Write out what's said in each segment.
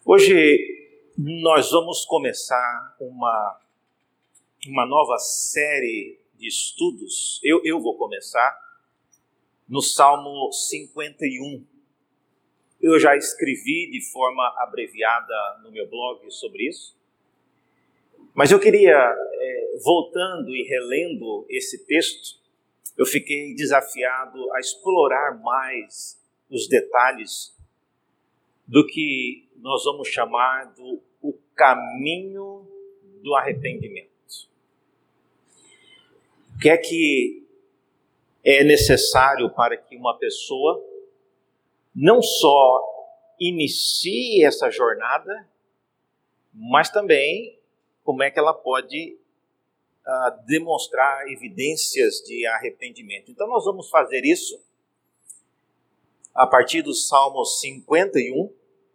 Hoje nós vamos começar uma nova série de estudos. Eu vou começar no Salmo 51. Eu já escrevi de forma abreviada no meu blog sobre isso, mas eu queria, voltando e relendo esse texto, eu fiquei desafiado a explorar mais os detalhes do que nós vamos chamar do o caminho do arrependimento. O que é necessário para que uma pessoa não só inicie essa jornada, mas também como é que ela pode demonstrar evidências de arrependimento. Então nós vamos fazer isso a partir do Salmo 51.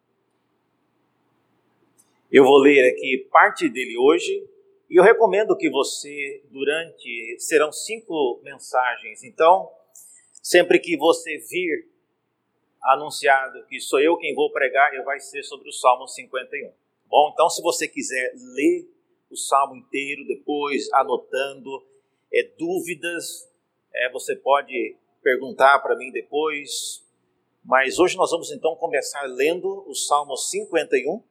Eu vou ler aqui parte dele hoje, e eu recomendo que você, serão 5 mensagens, então, sempre que você vir anunciado que sou eu quem vou pregar, vai ser sobre o Salmo 51. Bom, então se você quiser ler o Salmo inteiro, depois anotando dúvidas, você pode perguntar para mim depois, mas hoje nós vamos então começar lendo o Salmo 51.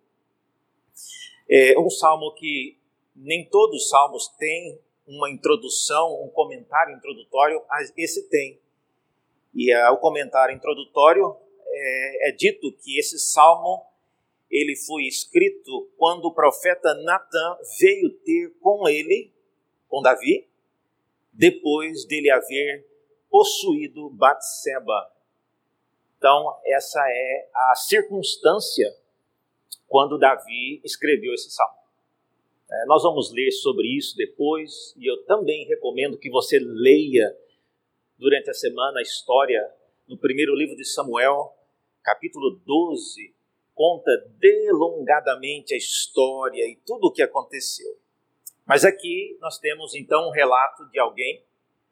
É um salmo que nem todos os salmos têm uma introdução, um comentário introdutório, mas esse tem. E o comentário introdutório é dito que esse salmo ele foi escrito quando o profeta Natan veio ter com ele, com Davi, depois dele haver possuído Batseba. Então, essa é a circunstância quando Davi escreveu esse salmo. Nós vamos ler sobre isso depois, e eu também recomendo que você leia durante a semana a história no primeiro livro de Samuel, capítulo 12, conta delongadamente a história e tudo o que aconteceu. Mas aqui nós temos então um relato de alguém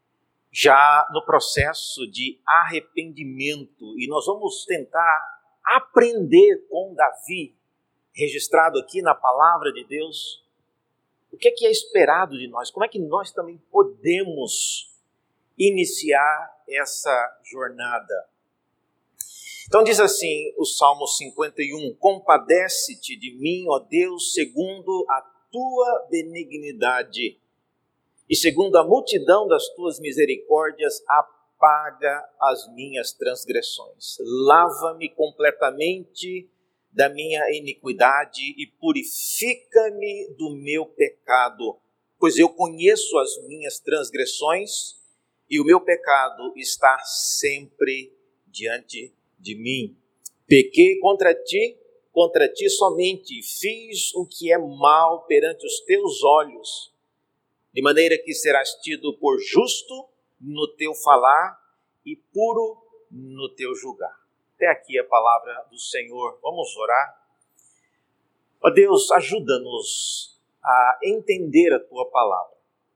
já no processo de arrependimento, e nós vamos tentar aprender com Davi, registrado aqui na palavra de Deus, o que é esperado de nós, como é que nós também podemos iniciar essa jornada. Então diz assim o Salmo 51, compadece-te de mim, ó Deus, segundo a tua benignidade, e segundo a multidão das tuas misericórdias, apaga as minhas transgressões. Lava-me completamente da minha iniquidade e purifica-me do meu pecado, pois eu conheço as minhas transgressões e o meu pecado está sempre diante de mim. Pequei contra ti somente, e fiz o que é mal perante os teus olhos, de maneira que serás tido por justo no teu falar e puro no teu julgar. Até aqui a palavra do Senhor. Vamos orar. Ó Deus, ajuda-nos a entender a tua palavra.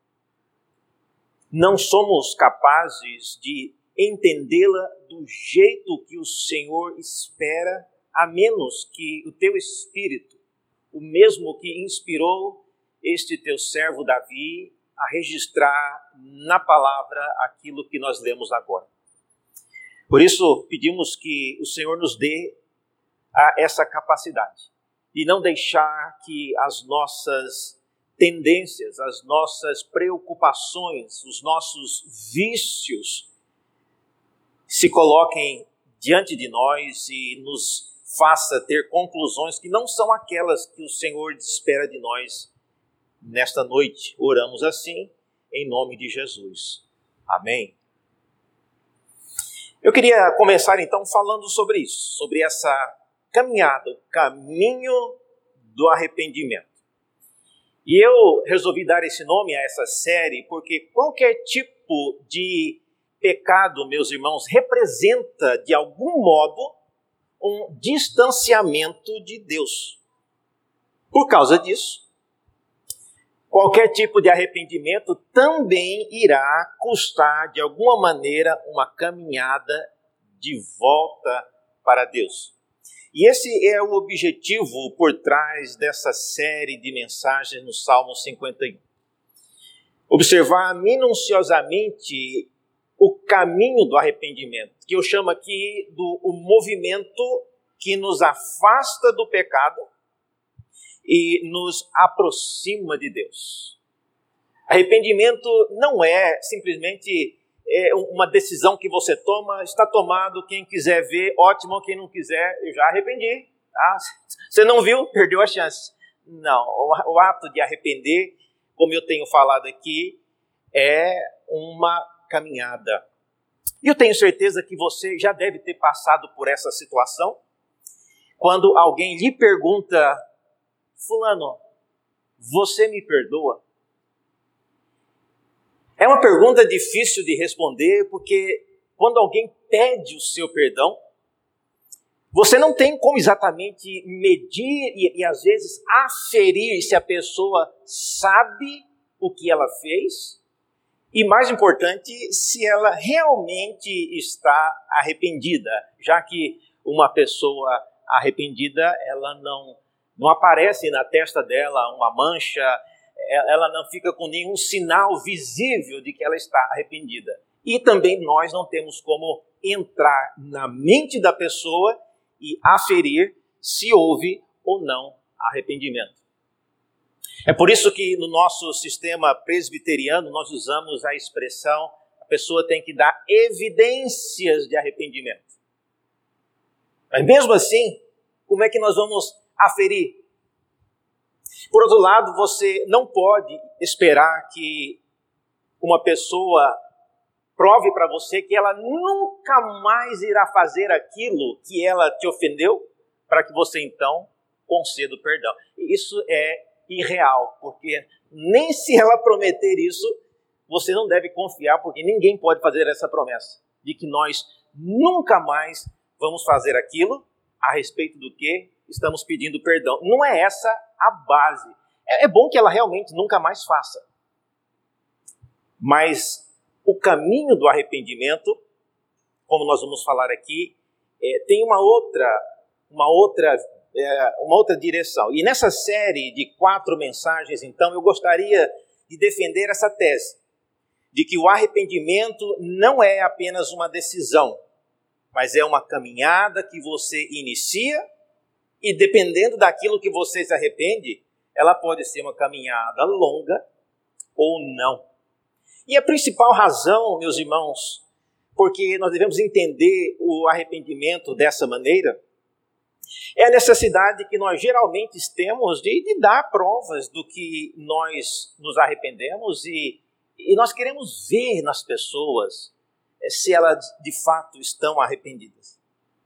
Não somos capazes de entendê-la do jeito que o Senhor espera, a menos que o teu Espírito, o mesmo que inspirou este teu servo Davi a registrar na palavra aquilo que nós lemos agora. Por isso, pedimos que o Senhor nos dê essa capacidade de não deixar que as nossas tendências, as nossas preocupações, os nossos vícios se coloquem diante de nós e nos faça ter conclusões que não são aquelas que o Senhor espera de nós nesta noite. Oramos assim, em nome de Jesus. Amém. Eu queria começar então falando sobre isso, sobre essa caminhada, o caminho do arrependimento. E eu resolvi dar esse nome a essa série porque qualquer tipo de pecado, meus irmãos, representa de algum modo um distanciamento de Deus. Por causa disso, qualquer tipo de arrependimento também irá custar, de alguma maneira, uma caminhada de volta para Deus. E esse é o objetivo por trás dessa série de mensagens no Salmo 51. Observar minuciosamente o caminho do arrependimento, que eu chamo aqui o movimento que nos afasta do pecado e nos aproxima de Deus. Arrependimento não é simplesmente uma decisão que você toma, está tomado, quem quiser ver, ótimo, quem não quiser, eu já arrependi. Tá? Você não viu, perdeu a chance. Não, o ato de arrepender, como eu tenho falado aqui, é uma caminhada. E eu tenho certeza que você já deve ter passado por essa situação, quando alguém lhe pergunta, fulano, você me perdoa? É uma pergunta difícil de responder, porque quando alguém pede o seu perdão, você não tem como exatamente medir e às vezes aferir se a pessoa sabe o que ela fez e, mais importante, se ela realmente está arrependida, já que uma pessoa arrependida, ela não aparece na testa dela uma mancha, ela não fica com nenhum sinal visível de que ela está arrependida. E também nós não temos como entrar na mente da pessoa e aferir se houve ou não arrependimento. É por isso que no nosso sistema presbiteriano nós usamos a expressão, a pessoa tem que dar evidências de arrependimento. Mas mesmo assim, como é que nós vamos aferir? Por outro lado, você não pode esperar que uma pessoa prove para você que ela nunca mais irá fazer aquilo que ela te ofendeu, para que você então conceda o perdão. Isso é irreal, porque nem se ela prometer isso, você não deve confiar, porque ninguém pode fazer essa promessa de que nós nunca mais vamos fazer aquilo a respeito do que estamos pedindo perdão. Não é essa a base. É bom que ela realmente nunca mais faça. Mas o caminho do arrependimento, como nós vamos falar aqui, tem uma outra direção. E nessa série de 4 mensagens, então, eu gostaria de defender essa tese, de que o arrependimento não é apenas uma decisão, mas é uma caminhada que você inicia e, dependendo daquilo que você se arrepende, ela pode ser uma caminhada longa ou não. E a principal razão, meus irmãos, porque nós devemos entender o arrependimento dessa maneira, é a necessidade que nós geralmente temos de dar provas do que nós nos arrependemos e nós queremos ver nas pessoas se elas de fato estão arrependidas.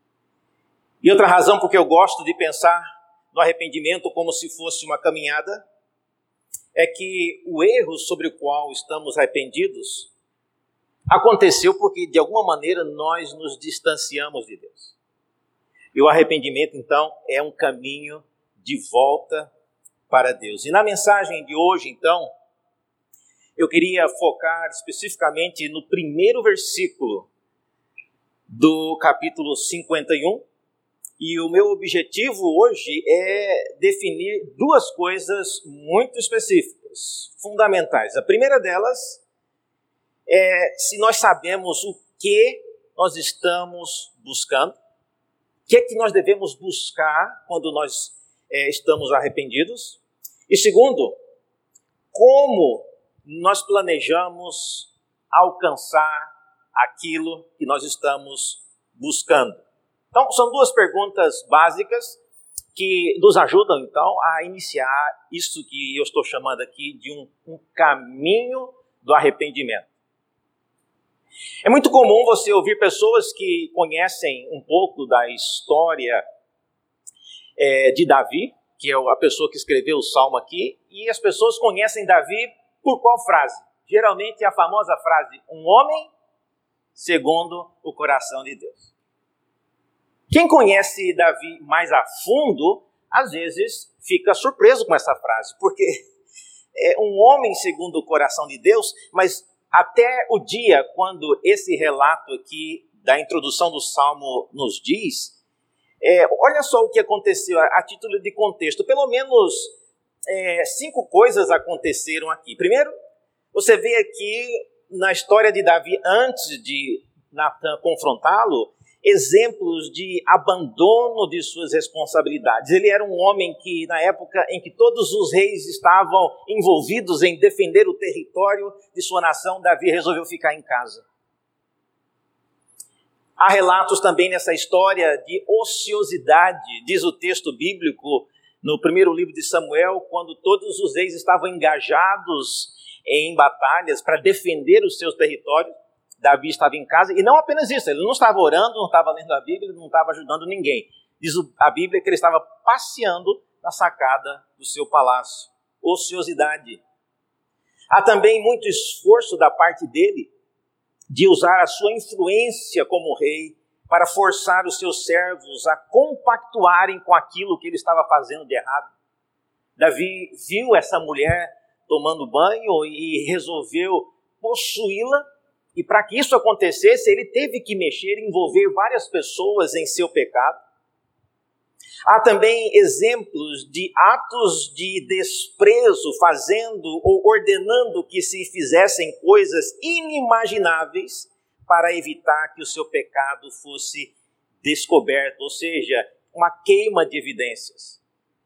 E outra razão porque eu gosto de pensar no arrependimento como se fosse uma caminhada é que o erro sobre o qual estamos arrependidos aconteceu porque, de alguma maneira, nós nos distanciamos de Deus. E o arrependimento, então, é um caminho de volta para Deus. E na mensagem de hoje, então, eu queria focar especificamente no primeiro versículo do capítulo 51. E o meu objetivo hoje é definir 2 coisas muito específicas, fundamentais. A primeira delas é se nós sabemos o que nós estamos buscando, o que é que nós devemos buscar quando nós estamos arrependidos. E segundo, como nós planejamos alcançar aquilo que nós estamos buscando. Então, são 2 perguntas básicas que nos ajudam, então, a iniciar isso que eu estou chamando aqui de um caminho do arrependimento. É muito comum você ouvir pessoas que conhecem um pouco da história de Davi, que é a pessoa que escreveu o Salmo aqui, e as pessoas conhecem Davi por qual frase? Geralmente a famosa frase, um homem segundo o coração de Deus. Quem conhece Davi mais a fundo, às vezes fica surpreso com essa frase, porque é um homem segundo o coração de Deus, mas até o dia quando esse relato aqui da introdução do Salmo nos diz, Olha só o que aconteceu a título de contexto. Pelo menos 5 coisas aconteceram aqui. Primeiro, você vê aqui na história de Davi, antes de Natan confrontá-lo, exemplos de abandono de suas responsabilidades. Ele era um homem que, na época em que todos os reis estavam envolvidos em defender o território de sua nação, Davi resolveu ficar em casa. Há relatos também nessa história de ociosidade, diz o texto bíblico no primeiro livro de Samuel, quando todos os reis estavam engajados em batalhas para defender os seus territórios. Davi estava em casa, e não apenas isso, ele não estava orando, não estava lendo a Bíblia, não estava ajudando ninguém. Diz a Bíblia que ele estava passeando na sacada do seu palácio. Ociosidade. Há também muito esforço da parte dele de usar a sua influência como rei para forçar os seus servos a compactuarem com aquilo que ele estava fazendo de errado. Davi viu essa mulher tomando banho e resolveu possuí-la. E para que isso acontecesse, ele teve que mexer, envolver várias pessoas em seu pecado. Há também exemplos de atos de desprezo, fazendo ou ordenando que se fizessem coisas inimagináveis para evitar que o seu pecado fosse descoberto, ou seja, uma queima de evidências.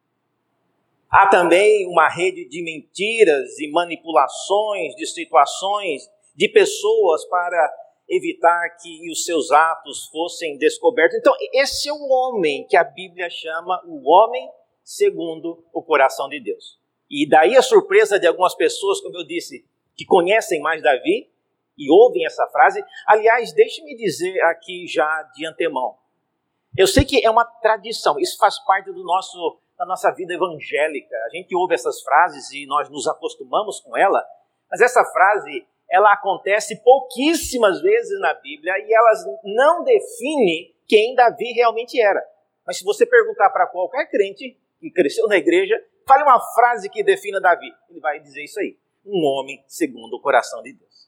Há também uma rede de mentiras e manipulações de situações de pessoas para evitar que os seus atos fossem descobertos. Então, esse é o homem que a Bíblia chama o homem segundo o coração de Deus. E daí a surpresa de algumas pessoas, como eu disse, que conhecem mais Davi e ouvem essa frase. Aliás, deixe-me dizer aqui já de antemão. Eu sei que é uma tradição, isso faz parte da nossa vida evangélica. A gente ouve essas frases e nós nos acostumamos com ela, mas essa frase ela acontece pouquíssimas vezes na Bíblia e elas não definem quem Davi realmente era. Mas se você perguntar para qualquer crente que cresceu na igreja, fale uma frase que defina Davi. Ele vai dizer isso aí. Um homem segundo o coração de Deus.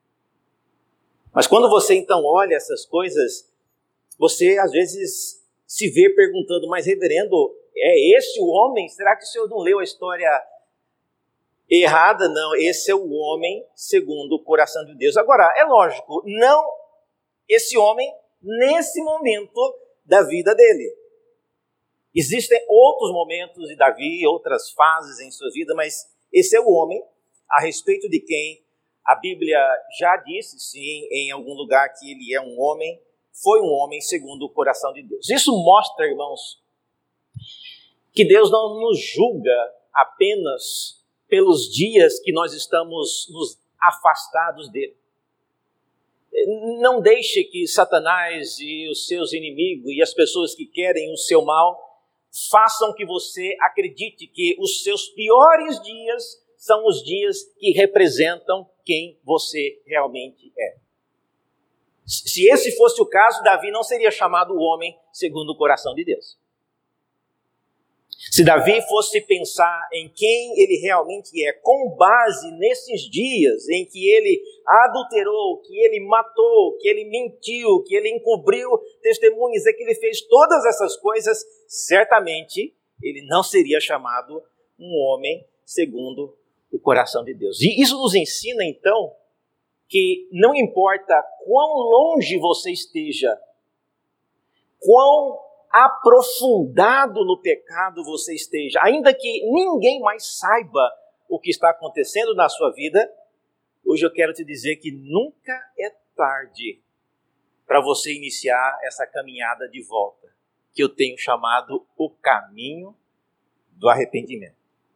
Mas quando você então olha essas coisas, você às vezes se vê perguntando, mas reverendo, é esse o homem? Será que o senhor não leu a história errada? Não, esse é o homem segundo o coração de Deus. Agora, é lógico, não esse homem nesse momento da vida dele. Existem outros momentos de Davi, outras fases em sua vida, mas esse é o homem a respeito de quem a Bíblia já disse, sim, em algum lugar que ele é um homem, foi um homem segundo o coração de Deus. Isso mostra, irmãos, que Deus não nos julga apenas pelos dias que nós estamos nos afastados dele. Não deixe que Satanás e os seus inimigos e as pessoas que querem o seu mal façam que você acredite que os seus piores dias são os dias que representam quem você realmente é. Se esse fosse o caso, Davi não seria chamado o homem segundo o coração de Deus. Se Davi fosse pensar em quem ele realmente é, com base nesses dias em que ele adulterou, que ele matou, que ele mentiu, que ele encobriu testemunhas, é que ele fez todas essas coisas, certamente ele não seria chamado um homem segundo o coração de Deus. E isso nos ensina, então, que não importa quão longe você esteja, quão aprofundado no pecado você esteja, ainda que ninguém mais saiba o que está acontecendo na sua vida, hoje eu quero te dizer que nunca é tarde para você iniciar essa caminhada de volta, que eu tenho chamado o caminho do arrependimento.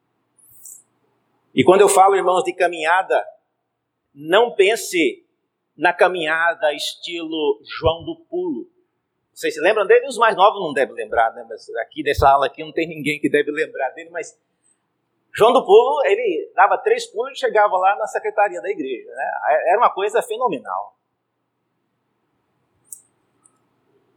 E quando eu falo, irmãos, de caminhada, não pense na caminhada estilo João do Pulo. Vocês se lembram dele? Os mais novos não devem lembrar, né? Mas aqui nessa aula aqui não tem ninguém que deve lembrar dele, mas João do Pulo, ele dava 3 pulos e chegava lá na secretaria da igreja, né? Era uma coisa fenomenal.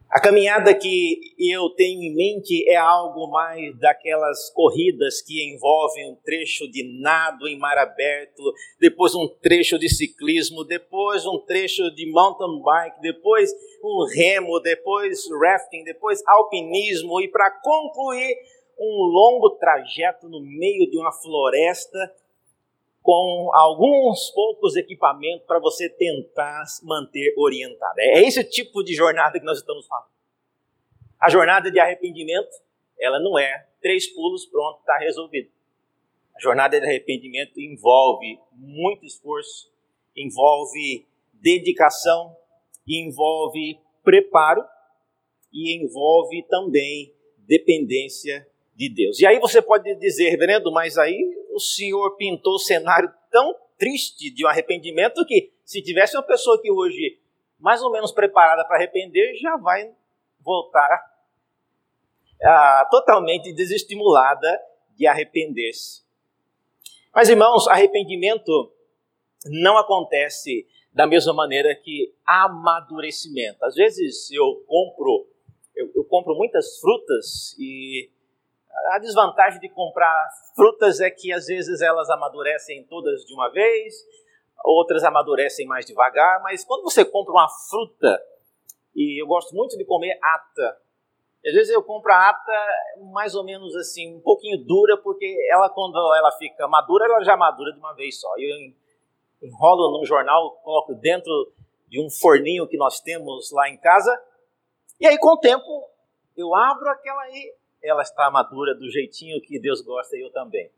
A caminhada que eu tenho em mente é algo mais daquelas corridas que envolvem um trecho de nado em mar aberto, depois um trecho de ciclismo, depois um trecho de mountain bike, depois um remo, depois rafting, depois alpinismo e para concluir um longo trajeto no meio de uma floresta com alguns poucos equipamentos para você tentar se manter orientado. É esse tipo de jornada que nós estamos falando. A jornada de arrependimento, ela não é 3 pulos, pronto, está resolvido. A jornada de arrependimento envolve muito esforço, envolve dedicação, envolve preparo e envolve também dependência de Deus. E aí você pode dizer, reverendo, mas aí o senhor pintou o cenário tão triste de um arrependimento que se tivesse uma pessoa que hoje mais ou menos preparada para arrepender, já vai voltar totalmente desestimulada de arrepender-se. Mas, irmãos, arrependimento não acontece da mesma maneira que amadurecimento. Às vezes eu compro muitas frutas e a desvantagem de comprar frutas é que às vezes elas amadurecem todas de uma vez, outras amadurecem mais devagar, mas quando você compra uma fruta, e eu gosto muito de comer ata, às vezes eu compro a ata mais ou menos assim, um pouquinho dura, porque ela quando ela fica madura, ela já madura de uma vez só. Eu enrolo num jornal, coloco dentro de um forninho que nós temos lá em casa, e aí com o tempo eu abro aquela e ela está madura do jeitinho que Deus gosta e eu também.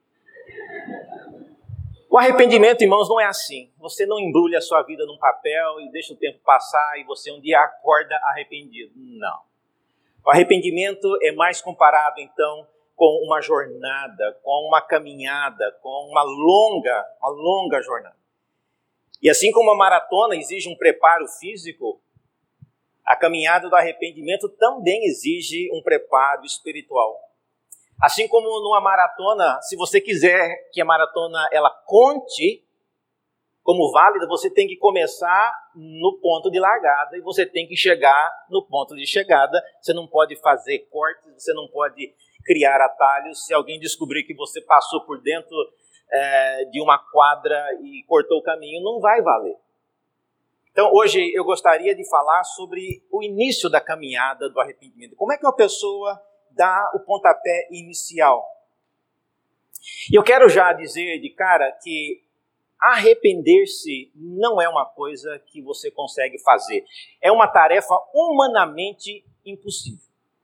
O arrependimento, irmãos, não é assim. Você não embrulha a sua vida num papel e deixa o tempo passar e você um dia acorda arrependido. Não. O arrependimento é mais comparado, então, com uma jornada, com uma caminhada, com uma longa jornada. E assim como a maratona exige um preparo físico, a caminhada do arrependimento também exige um preparo espiritual. Assim como numa maratona, se você quiser que a maratona ela conte como válida, você tem que começar no ponto de largada e você tem que chegar no ponto de chegada. Você não pode fazer cortes, você não pode criar atalhos. Se alguém descobrir que você passou por dentro de uma quadra e cortou o caminho, não vai valer. Então, hoje eu gostaria de falar sobre o início da caminhada do arrependimento. Como é que uma pessoa dá o pontapé inicial? E eu quero já dizer de cara que arrepender-se não é uma coisa que você consegue fazer. É uma tarefa humanamente impossível.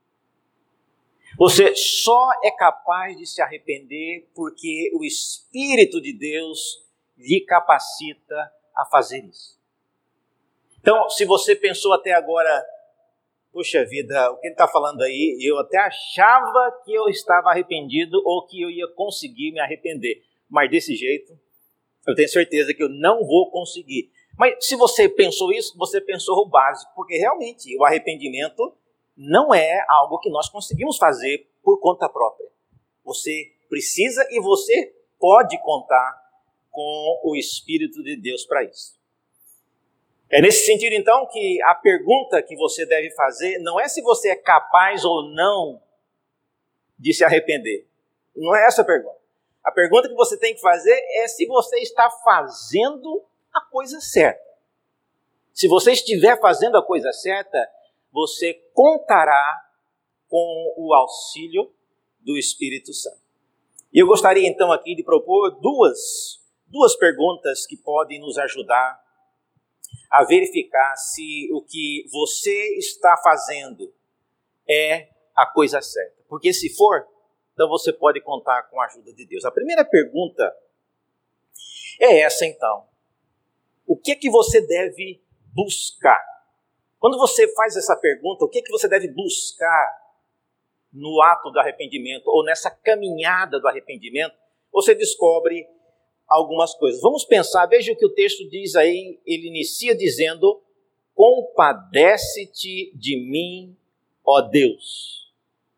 Você só é capaz de se arrepender porque o Espírito de Deus lhe capacita a fazer isso. Então, se você pensou até agora, puxa vida, o que ele está falando aí, eu até achava que eu estava arrependido ou que eu ia conseguir me arrepender. Mas desse jeito, eu tenho certeza que eu não vou conseguir. Mas se você pensou isso, você pensou o básico, porque realmente o arrependimento não é algo que nós conseguimos fazer por conta própria. Você precisa e você pode contar com o Espírito de Deus para isso. É nesse sentido, então, que a pergunta que você deve fazer não é se você é capaz ou não de se arrepender. Não é essa a pergunta. A pergunta que você tem que fazer é se você está fazendo a coisa certa. Se você estiver fazendo a coisa certa, você contará com o auxílio do Espírito Santo. E eu gostaria, então, aqui de propor duas perguntas que podem nos ajudar a verificar se o que você está fazendo é a coisa certa. Porque se for, então você pode contar com a ajuda de Deus. A primeira pergunta é essa, então. O que é que você deve buscar? Quando você faz essa pergunta, o que é que você deve buscar no ato do arrependimento ou nessa caminhada do arrependimento, você descobre algumas coisas. Vamos pensar, veja o que o texto diz aí, ele inicia dizendo: compadece-te de mim, ó Deus.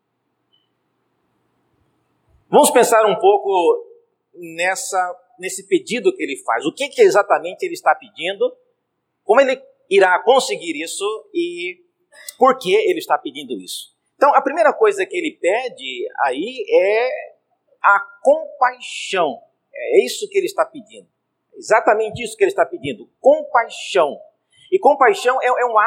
Vamos pensar um pouco nesse pedido que ele faz. O que exatamente ele está pedindo? Como ele irá conseguir isso? E por que ele está pedindo isso. Então, a primeira coisa que ele pede aí é a compaixão. É isso que ele está pedindo. Exatamente isso que ele está pedindo. Compaixão. E compaixão é um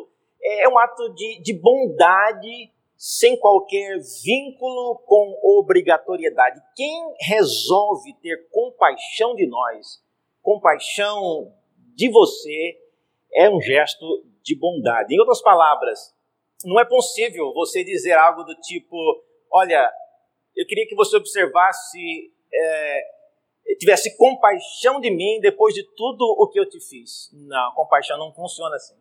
ato de bondade sem qualquer vínculo com obrigatoriedade. Quem resolve ter compaixão de nós, compaixão de você, é um gesto de bondade. Em outras palavras, não é possível você dizer algo do tipo, olha, eu queria que você observasse, tivesse compaixão de mim depois de tudo o que eu te fiz. Não, compaixão não funciona assim.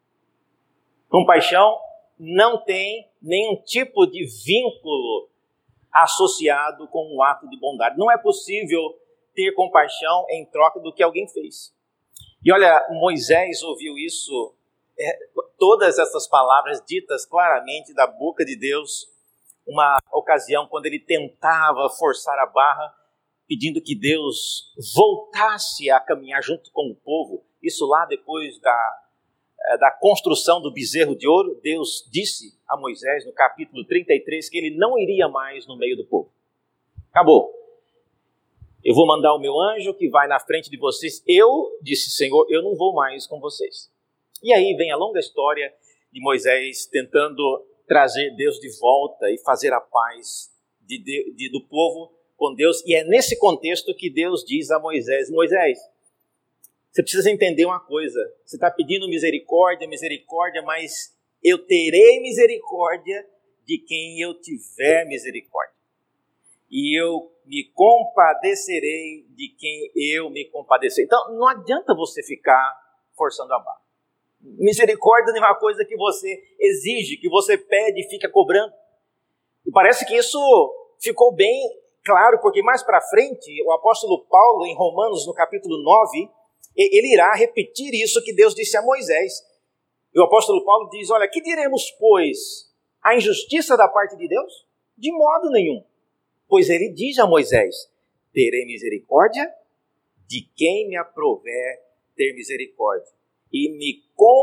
Compaixão não tem nenhum tipo de vínculo associado com um ato de bondade. Não é possível ter compaixão em troca do que alguém fez. E olha, Moisés ouviu isso, todas essas palavras ditas claramente da boca de Deus, uma ocasião quando ele tentava forçar a barra, pedindo que Deus voltasse a caminhar junto com o povo. Isso lá depois da construção do bezerro de ouro, Deus disse a Moisés no capítulo 33 que ele não iria mais no meio do povo. Acabou. Eu vou mandar o meu anjo que vai na frente de vocês. Eu, disse Senhor, eu não vou mais com vocês. E aí vem a longa história de Moisés tentando trazer Deus de volta e fazer a paz do povo com Deus. E é nesse contexto que Deus diz a Moisés, Moisés, você precisa entender uma coisa. Você está pedindo misericórdia, mas eu terei misericórdia de quem eu tiver misericórdia. E eu me compadecerei de quem eu me compadecer. Então, não adianta você ficar forçando a barra. Misericórdia não é uma coisa que você exige, que você pede e fica cobrando. E parece que isso ficou bem claro, porque mais para frente, o apóstolo Paulo, em Romanos, no capítulo 9, ele irá repetir isso que Deus disse a Moisés. E o apóstolo Paulo diz, olha, que diremos, pois? A injustiça da parte de Deus? De modo nenhum. Pois ele diz a Moisés, terei misericórdia de quem me aprouver ter misericórdia. E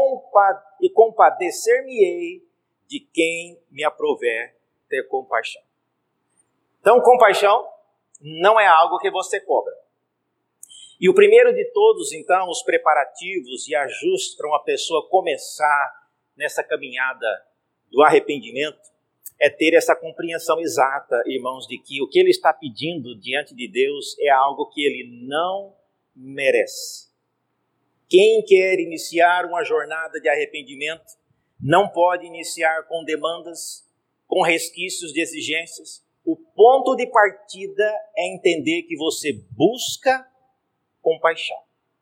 compadecer-me-ei de quem me aprouver ter compaixão. Então, compaixão não é algo que você cobra. E o primeiro de todos, então, os preparativos e ajustes para uma pessoa começar nessa caminhada do arrependimento, é ter essa compreensão exata, irmãos, de que o que ele está pedindo diante de Deus é algo que ele não merece. Quem quer iniciar uma jornada de arrependimento não pode iniciar com demandas, com resquícios de exigências. O ponto de partida é entender que você busca compaixão.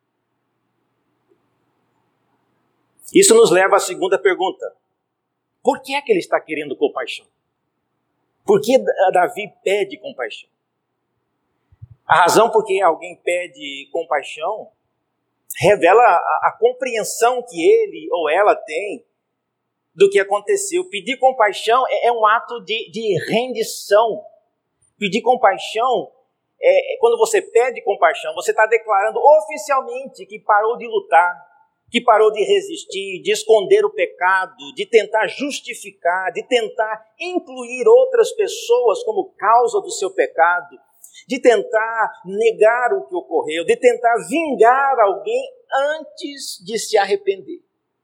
Isso nos leva à segunda pergunta. Por que é que ele está querendo compaixão? Por que Davi pede compaixão? A razão por que alguém pede compaixão revela a compreensão que ele ou ela tem do que aconteceu. Pedir compaixão é um ato de rendição. Pedir compaixão, quando você pede compaixão, você está declarando oficialmente que parou de lutar, que parou de resistir, de esconder o pecado, de tentar justificar, de tentar incluir outras pessoas como causa do seu pecado, de tentar negar o que ocorreu, de tentar vingar alguém antes de se arrepender.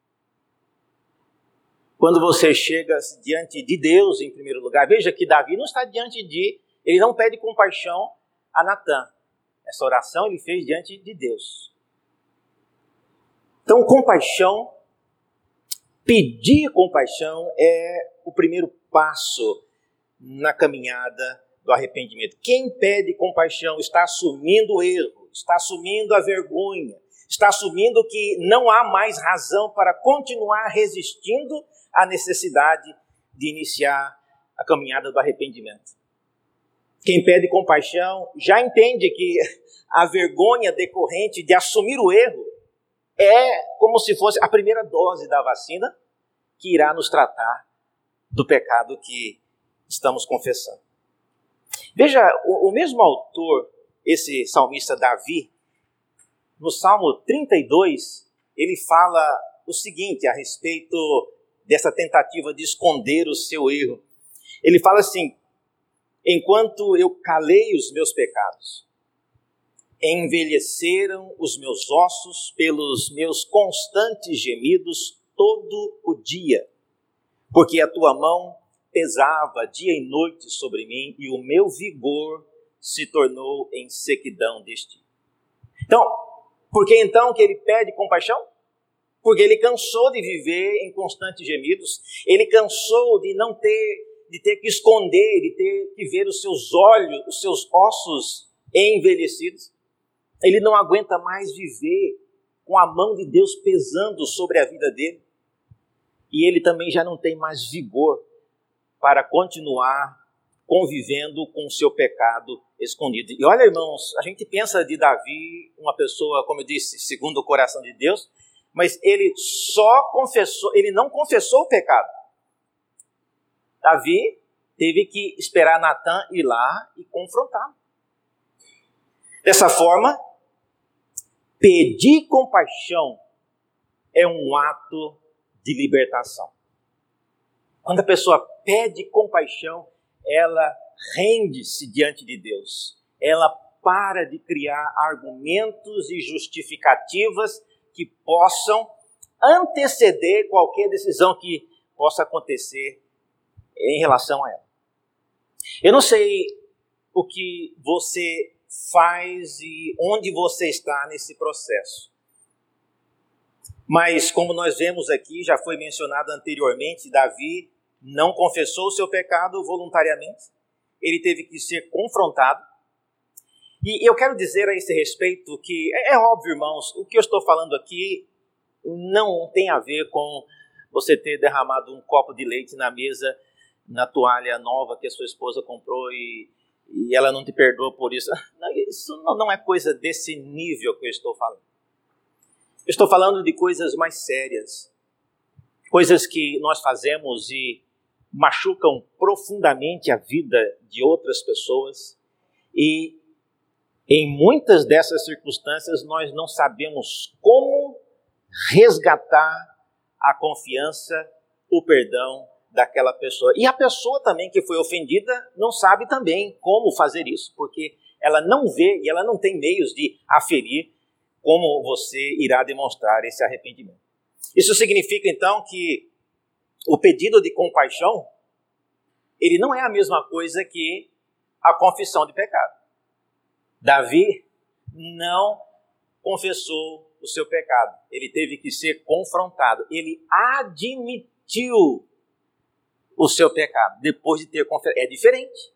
Quando você chega diante de Deus, em primeiro lugar, veja que Davi não está ele não pede compaixão a Natã. Essa oração ele fez diante de Deus. Então, compaixão, pedir compaixão é o primeiro passo na caminhada do arrependimento. Quem pede compaixão está assumindo o erro, está assumindo a vergonha, está assumindo que não há mais razão para continuar resistindo à necessidade de iniciar a caminhada do arrependimento. Quem pede compaixão já entende que a vergonha decorrente de assumir o erro é como se fosse a primeira dose da vacina que irá nos tratar do pecado que estamos confessando. Veja, o mesmo autor, esse salmista Davi, no Salmo 32, ele fala o seguinte a respeito dessa tentativa de esconder o seu erro. Ele fala assim: enquanto eu calei os meus pecados, envelheceram os meus ossos pelos meus constantes gemidos todo o dia, porque a tua mão pesava dia e noite sobre mim e o meu vigor se tornou em sequidão deste. Então, por que então que ele pede compaixão? Porque ele cansou de viver em constantes gemidos, ele cansou de não ter, de ter que esconder, de ter que ver os seus olhos, os seus ossos envelhecidos. Ele não aguenta mais viver com a mão de Deus pesando sobre a vida dele. E ele também já não tem mais vigor para continuar convivendo com o seu pecado escondido. E olha, irmãos, a gente pensa de Davi, uma pessoa, como eu disse, segundo o coração de Deus, mas ele não confessou o pecado. Davi teve que esperar Natã ir lá e confrontá-lo. Dessa forma, pedir compaixão é um ato de libertação. Quando a pessoa pede compaixão, ela rende-se diante de Deus. Ela para de criar argumentos e justificativas que possam anteceder qualquer decisão que possa acontecer em relação a ela. Eu não sei o que você faz e onde você está nesse processo. Mas como nós vemos aqui, já foi mencionado anteriormente, Davi não confessou o seu pecado voluntariamente. Ele teve que ser confrontado. E eu quero dizer a esse respeito que, é óbvio, irmãos, o que eu estou falando aqui não tem a ver com você ter derramado um copo de leite na mesa, na toalha nova que a sua esposa comprou e ela não te perdoa por isso. Não, isso não é coisa desse nível que eu estou falando. Eu estou falando de coisas mais sérias, coisas que nós fazemos e machucam profundamente a vida de outras pessoas e em muitas dessas circunstâncias nós não sabemos como resgatar a confiança, o perdão daquela pessoa. E a pessoa também que foi ofendida não sabe também como fazer isso, porque ela não vê e ela não tem meios de aferir como você irá demonstrar esse arrependimento. Isso significa então que o pedido de compaixão, ele não é a mesma coisa que a confissão de pecado. Davi não confessou o seu pecado. Ele teve que ser confrontado. Ele admitiu o seu pecado depois de ter confessado. É diferente.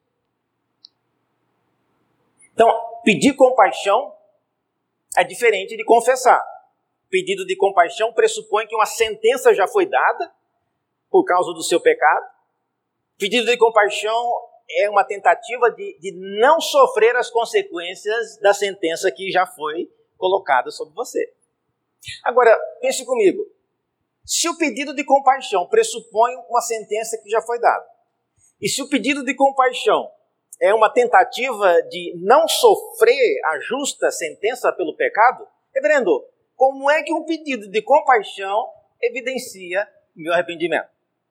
Então, pedir compaixão é diferente de confessar. Pedido de compaixão pressupõe que uma sentença já foi dada por causa do seu pecado. Pedido de compaixão é uma tentativa de não sofrer as consequências da sentença que já foi colocada sobre você. Agora, pense comigo. Se o pedido de compaixão pressupõe uma sentença que já foi dada, e se o pedido de compaixão é uma tentativa de não sofrer a justa sentença pelo pecado, reverendo, como é que um pedido de compaixão evidencia meu arrependimento?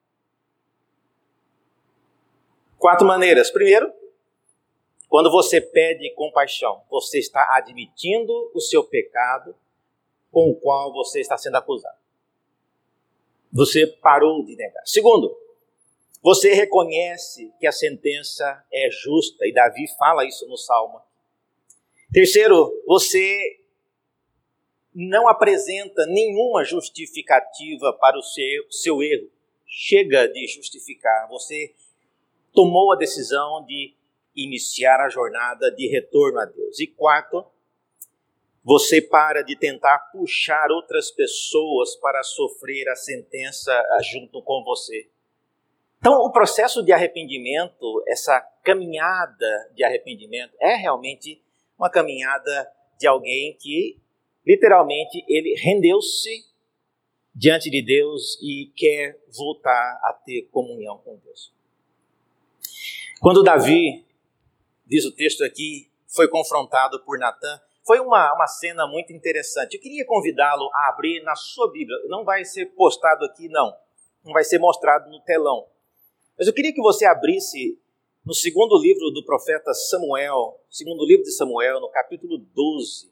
4 maneiras. Primeiro, quando você pede compaixão, você está admitindo o seu pecado com o qual você está sendo acusado. Você parou de negar. Segundo, você reconhece que a sentença é justa, e Davi fala isso no Salmo. Terceiro, você não apresenta nenhuma justificativa para o seu erro. Chega de justificar. Você tomou a decisão de iniciar a jornada de retorno a Deus. E quarto, você para de tentar puxar outras pessoas para sofrer a sentença junto com você. Então, o processo de arrependimento, essa caminhada de arrependimento, é realmente uma caminhada de alguém que, literalmente, ele rendeu-se diante de Deus e quer voltar a ter comunhão com Deus. Quando Davi, diz o texto aqui, foi confrontado por Natã, foi uma cena muito interessante. Eu queria convidá-lo a abrir na sua Bíblia. Não vai ser postado aqui, não. não vai ser mostrado no telão. Mas eu queria que você abrisse no segundo livro do profeta Samuel, segundo livro de Samuel, no capítulo 12.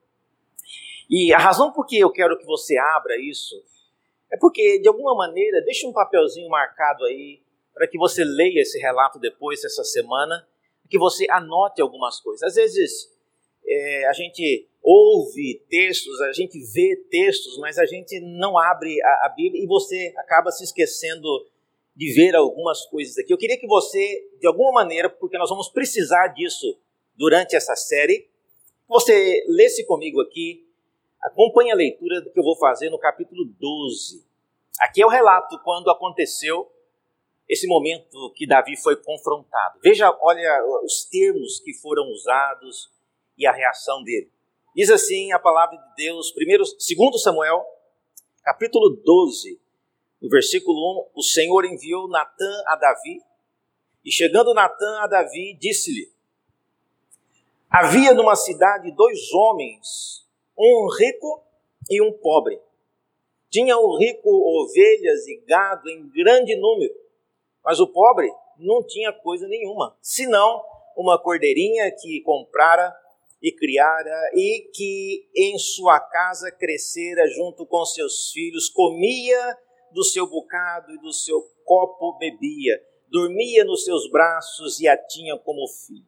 E a razão por que eu quero que você abra isso é porque, de alguma maneira, deixa um papelzinho marcado aí para que você leia esse relato depois, essa semana, que você anote algumas coisas. Às vezes, a gente ouve textos, a gente vê textos, mas a gente não abre a Bíblia e você acaba se esquecendo de ver algumas coisas aqui. Eu queria que você, de alguma maneira, porque nós vamos precisar disso durante essa série, você lesse comigo aqui, acompanhe a leitura que eu vou fazer no capítulo 12. Aqui é o relato quando aconteceu esse momento que Davi foi confrontado. Veja, olha os termos que foram usados e a reação dele. Diz assim a palavra de Deus, 2 Samuel, capítulo 12, no versículo 1, o Senhor enviou Natã a Davi, e chegando Natã a Davi, disse-lhe: havia numa cidade 2 homens, um rico e um pobre. Tinha o rico ovelhas e gado em grande número, mas o pobre não tinha coisa nenhuma, senão uma cordeirinha que comprara e criara, e que em sua casa crescera junto com seus filhos, comia do seu bocado e do seu copo bebia, dormia nos seus braços e a tinha como filho.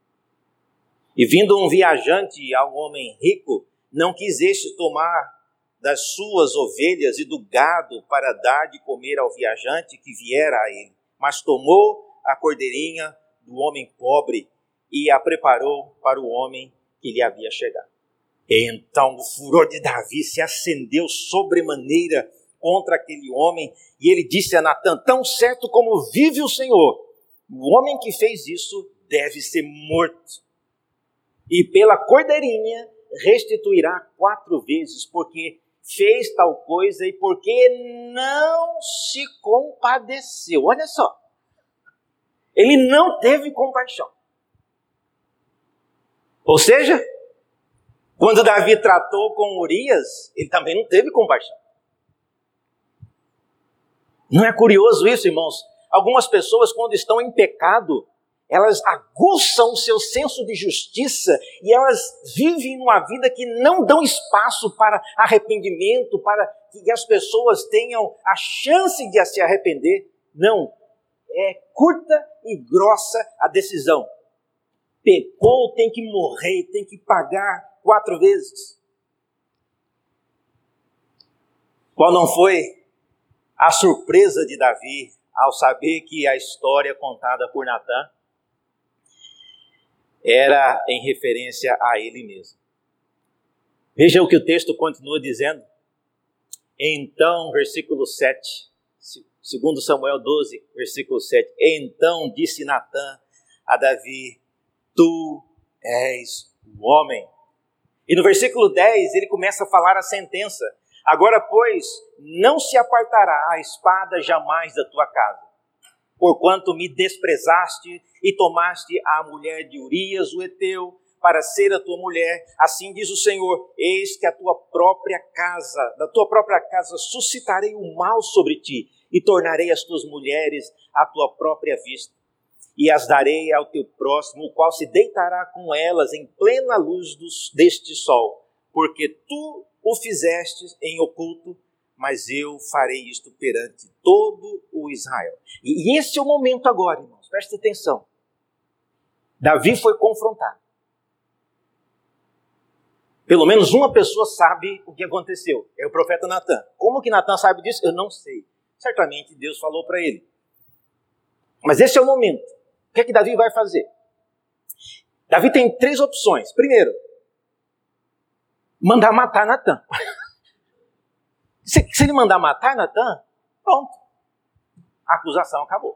E vindo um viajante ao homem rico, não quis este tomar das suas ovelhas e do gado para dar de comer ao viajante que viera a ele, mas tomou a cordeirinha do homem pobre e a preparou para o homem que lhe havia chegado. Então o furor de Davi se acendeu sobremaneira contra aquele homem, e ele disse a Natã: tão certo como vive o Senhor, o homem que fez isso deve ser morto. E pela cordeirinha restituirá 4 vezes, porque fez tal coisa e porque não se compadeceu. Olha só, ele não teve compaixão. Ou seja, quando Davi tratou com Urias, ele também não teve compaixão. Não é curioso isso, irmãos? Algumas pessoas, quando estão em pecado, elas aguçam o seu senso de justiça e elas vivem uma vida que não dão espaço para arrependimento, para que as pessoas tenham a chance de se arrepender. Não, é curta e grossa a decisão. Pecou, tem que morrer, tem que pagar 4 vezes. Qual não foi a surpresa de Davi ao saber que a história contada por Natã era em referência a ele mesmo? Veja o que o texto continua dizendo. Então, versículo 7, 2 Samuel 12, versículo 7. Então disse Natã a Davi: tu és o homem. E no versículo 10 ele começa a falar a sentença. Agora, pois, não se apartará a espada jamais da tua casa, porquanto me desprezaste e tomaste a mulher de Urias, o heteu, para ser a tua mulher. Assim diz o Senhor: eis que da tua própria casa suscitarei o mal sobre ti, e tornarei as tuas mulheres à tua própria vista, e as darei ao teu próximo, o qual se deitará com elas em plena luz deste sol, porque tu o fizeste em oculto, mas eu farei isto perante todo o Israel. E esse é o momento agora, irmãos, presta atenção. Davi foi confrontado. Pelo menos uma pessoa sabe o que aconteceu, é o profeta Natã. Como que Natã sabe disso? Eu não sei. Certamente Deus falou para ele. Mas esse é o momento. O que é que Davi vai fazer? Davi tem 3 opções. Primeiro, mandar matar Natã. Se ele mandar matar Natã, pronto. A acusação acabou.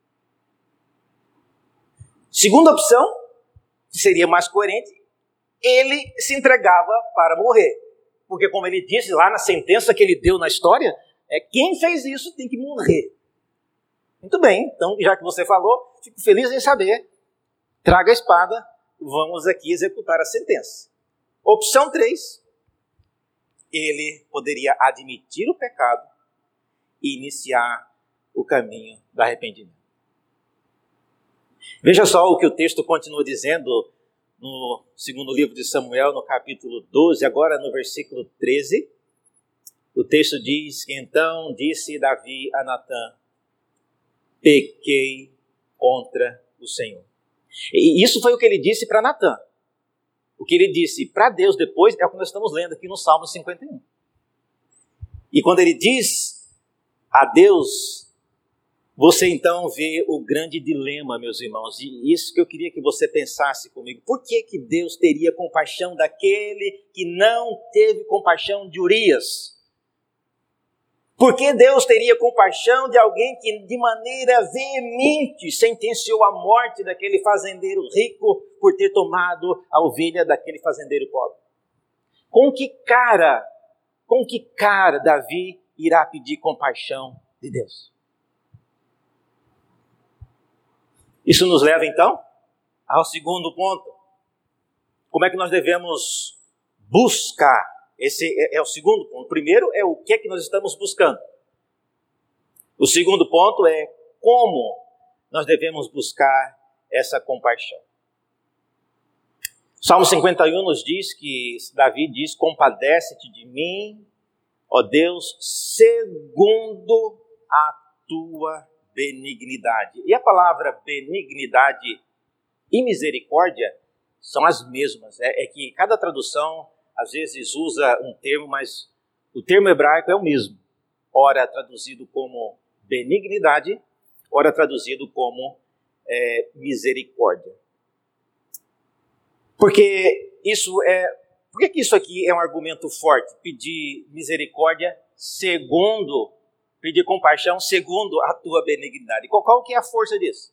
Segunda opção, que seria mais coerente, ele se entregava para morrer. Porque como ele disse lá na sentença que ele deu na história, quem fez isso tem que morrer. Muito bem, então já que você falou, fico feliz em saber. Traga a espada, vamos aqui executar a sentença. Opção 3, ele poderia admitir o pecado e iniciar o caminho do arrependimento. Veja só o que o texto continua dizendo no segundo livro de Samuel, no capítulo 12, agora no versículo 13. O texto diz que então disse Davi a Natã: pequei contra o Senhor. E isso foi o que ele disse para Natã. O que ele disse para Deus depois é o que nós estamos lendo aqui no Salmo 51. E quando ele diz a Deus, você então vê o grande dilema, meus irmãos. E isso que eu queria que você pensasse comigo. Por que que Deus teria compaixão daquele que não teve compaixão de Urias? Por que Deus teria compaixão de alguém que de maneira veemente sentenciou a morte daquele fazendeiro rico por ter tomado a ovelha daquele fazendeiro pobre? Com que cara Davi irá pedir compaixão de Deus? Isso nos leva então ao segundo ponto. Como é que nós devemos buscar? Esse é o segundo ponto. O primeiro é o que é que nós estamos buscando. O segundo ponto é como nós devemos buscar essa compaixão. Salmo 51 nos diz que Davi diz: compadece-te de mim, ó Deus, segundo a tua benignidade. E a palavra benignidade e misericórdia são as mesmas. É que cada tradução às vezes usa um termo, mas o termo hebraico é o mesmo. Ora traduzido como benignidade, ora traduzido como misericórdia. Por que que isso aqui é um argumento forte? Pedir misericórdia segundo, pedir compaixão segundo a tua benignidade. Qual que é a força disso?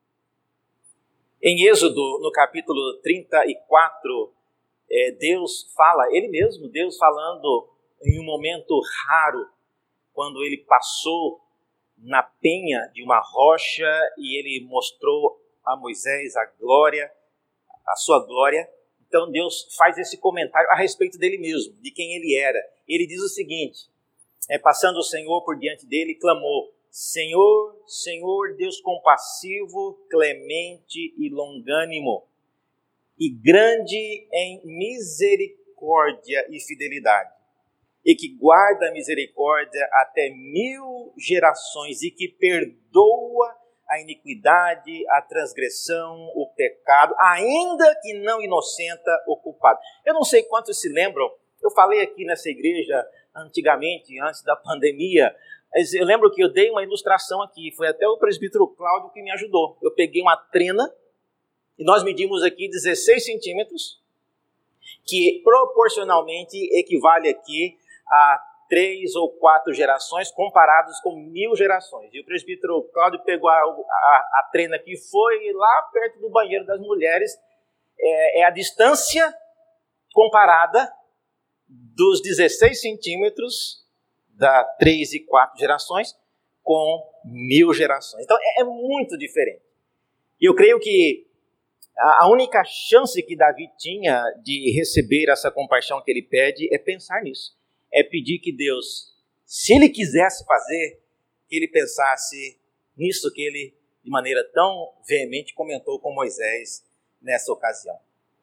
Em Êxodo, no capítulo 34, Deus fala, Ele mesmo, Deus falando em um momento raro, quando Ele passou na penha de uma rocha e Ele mostrou a Moisés a glória, a sua glória. Então Deus faz esse comentário a respeito dele mesmo, de quem Ele era. Ele diz o seguinte, passando o Senhor por diante dele, clamou: Senhor, Senhor, Deus compassivo, clemente e longânimo, e grande em misericórdia e fidelidade, e que guarda a misericórdia até 1000 gerações, e que perdoa a iniquidade, a transgressão, o pecado, ainda que não inocenta o culpado. Eu não sei quantos se lembram, eu falei aqui nessa igreja antigamente, antes da pandemia, eu lembro que eu dei uma ilustração aqui, foi até o presbítero Cláudio que me ajudou. Eu peguei uma trena, e nós medimos aqui 16 centímetros, que proporcionalmente equivale aqui a 3 ou 4 gerações, comparados com 1000 gerações. E o presbítero Cláudio pegou a trena aqui, foi lá perto do banheiro das mulheres, é a distância comparada dos 16 centímetros da 3 e 4 gerações com 1000 gerações. Então é muito diferente. E eu creio que a única chance que Davi tinha de receber essa compaixão que ele pede é pensar nisso. É pedir que Deus, se ele quisesse fazer, que ele pensasse nisso que ele, de maneira tão veemente, comentou com Moisés nessa ocasião.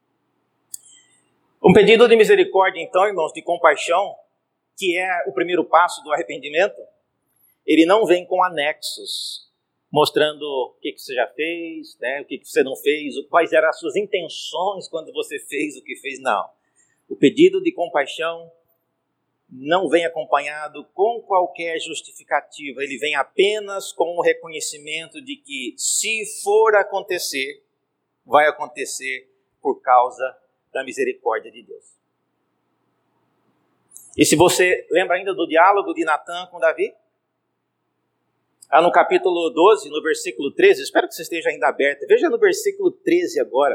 Um pedido de misericórdia, então, irmãos, de compaixão, que é o primeiro passo do arrependimento, ele não vem com anexos, mostrando o que você já fez, né, o que você não fez, quais eram as suas intenções quando você fez o que fez. Não. O pedido de compaixão não vem acompanhado com qualquer justificativa. Ele vem apenas com o reconhecimento de que, se for acontecer, vai acontecer por causa da misericórdia de Deus. E se você lembra ainda do diálogo de Natã com Davi? No capítulo 12, no versículo 13, espero que você esteja ainda aberto. Veja no versículo 13 agora.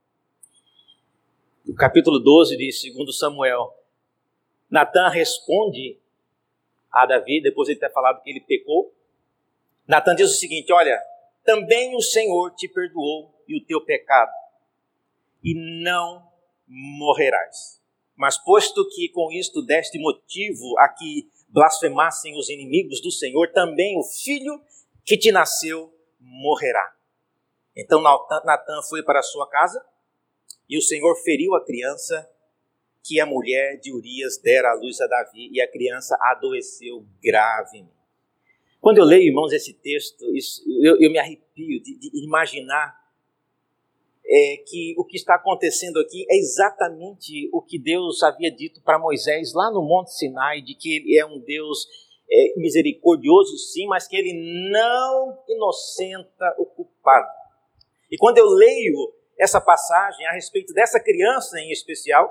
No capítulo 12 de 2 Samuel. Natã responde a Davi, depois de ele ter falado que ele pecou. Natã diz o seguinte: olha, também o Senhor te perdoou e o teu pecado, e não morrerás. Mas posto que com isto deste motivo a que blasfemassem os inimigos do Senhor, também o filho que te nasceu morrerá. Então Natã foi para a sua casa e o Senhor feriu a criança que a mulher de Urias dera à luz a Davi, e a criança adoeceu gravemente. Quando eu leio, irmãos, esse texto, eu me arrepio de imaginar que o que está acontecendo aqui é exatamente o que Deus havia dito para Moisés lá no Monte Sinai, de que ele é um Deus misericordioso, sim, mas que ele não inocenta o culpado. E quando eu leio essa passagem a respeito dessa criança em especial,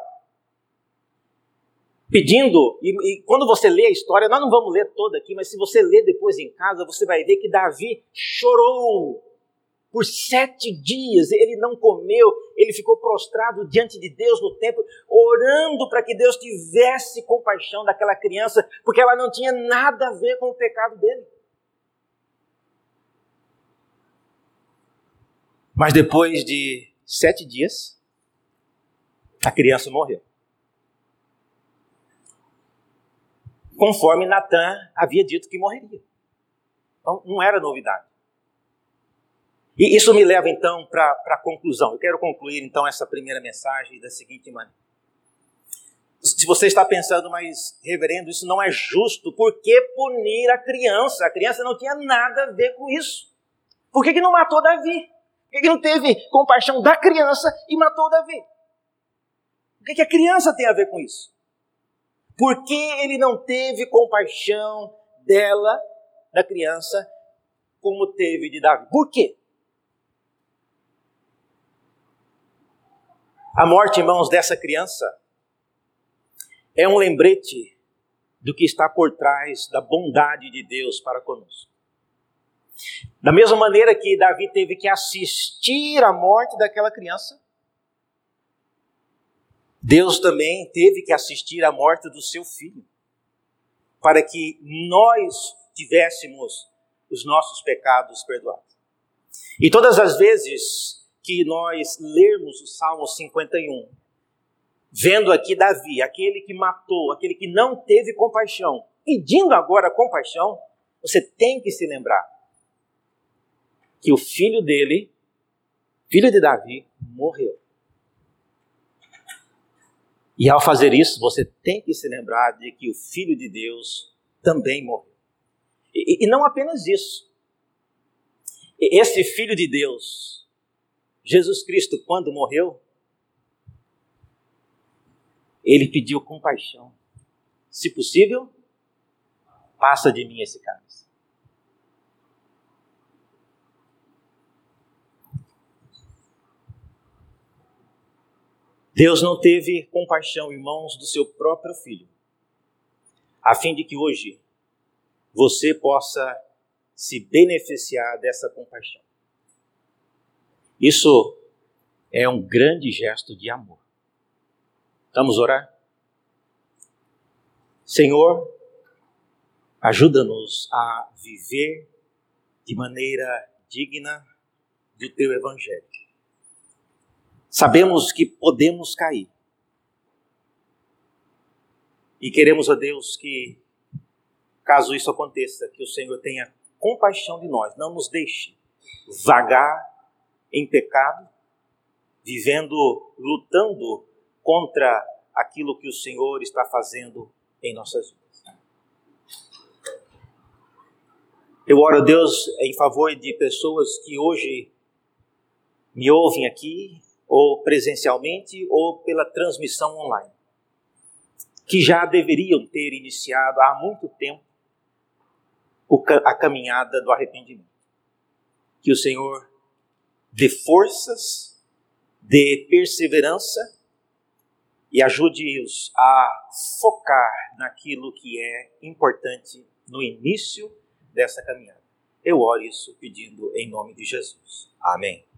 pedindo, e quando você lê a história, nós não vamos ler toda aqui, mas se você ler depois em casa, você vai ver que Davi chorou por 7 dias, ele não comeu, ele ficou prostrado diante de Deus no templo, orando para que Deus tivesse compaixão daquela criança, porque ela não tinha nada a ver com o pecado dele. Mas depois de 7 dias, a criança morreu. Conforme Natã havia dito que morreria. Então, não era novidade. E isso me leva, então, para a conclusão. Eu quero concluir, então, essa primeira mensagem da seguinte maneira. Se você está pensando, mas, reverendo, isso não é justo, por que punir a criança? A criança não tinha nada a ver com isso. Por que não matou Davi? Por que não teve compaixão da criança e matou Davi? O que a criança tem a ver com isso? Por que ele não teve compaixão dela, da criança, como teve de Davi? Por quê? A morte, irmãos, dessa criança é um lembrete do que está por trás da bondade de Deus para conosco. Da mesma maneira que Davi teve que assistir à morte daquela criança, Deus também teve que assistir à morte do seu filho, para que nós tivéssemos os nossos pecados perdoados. E todas as vezes que nós lermos o Salmo 51, vendo aqui Davi, aquele que matou, aquele que não teve compaixão, pedindo agora compaixão, você tem que se lembrar que o filho dele, filho de Davi, morreu. E ao fazer isso, você tem que se lembrar de que o Filho de Deus também morreu. E não apenas isso. Esse Filho de Deus, Jesus Cristo, quando morreu, ele pediu compaixão. Se possível, passa de mim esse cálice. Deus não teve compaixão, irmãos, do seu próprio Filho, a fim de que hoje você possa se beneficiar dessa compaixão. Isso é um grande gesto de amor. Vamos orar? Senhor, ajuda-nos a viver de maneira digna do Teu Evangelho. Sabemos que podemos cair. E queremos, ó Deus, que, caso isso aconteça, que o Senhor tenha compaixão de nós, não nos deixe vagar em pecado, lutando contra aquilo que o Senhor está fazendo em nossas vidas. Eu oro a Deus em favor de pessoas que hoje me ouvem aqui, ou presencialmente, ou pela transmissão online, que já deveriam ter iniciado há muito tempo a caminhada do arrependimento. Que o Senhor dê forças, dê perseverança e ajude-os a focar naquilo que é importante no início dessa caminhada. Eu oro isso pedindo em nome de Jesus. Amém.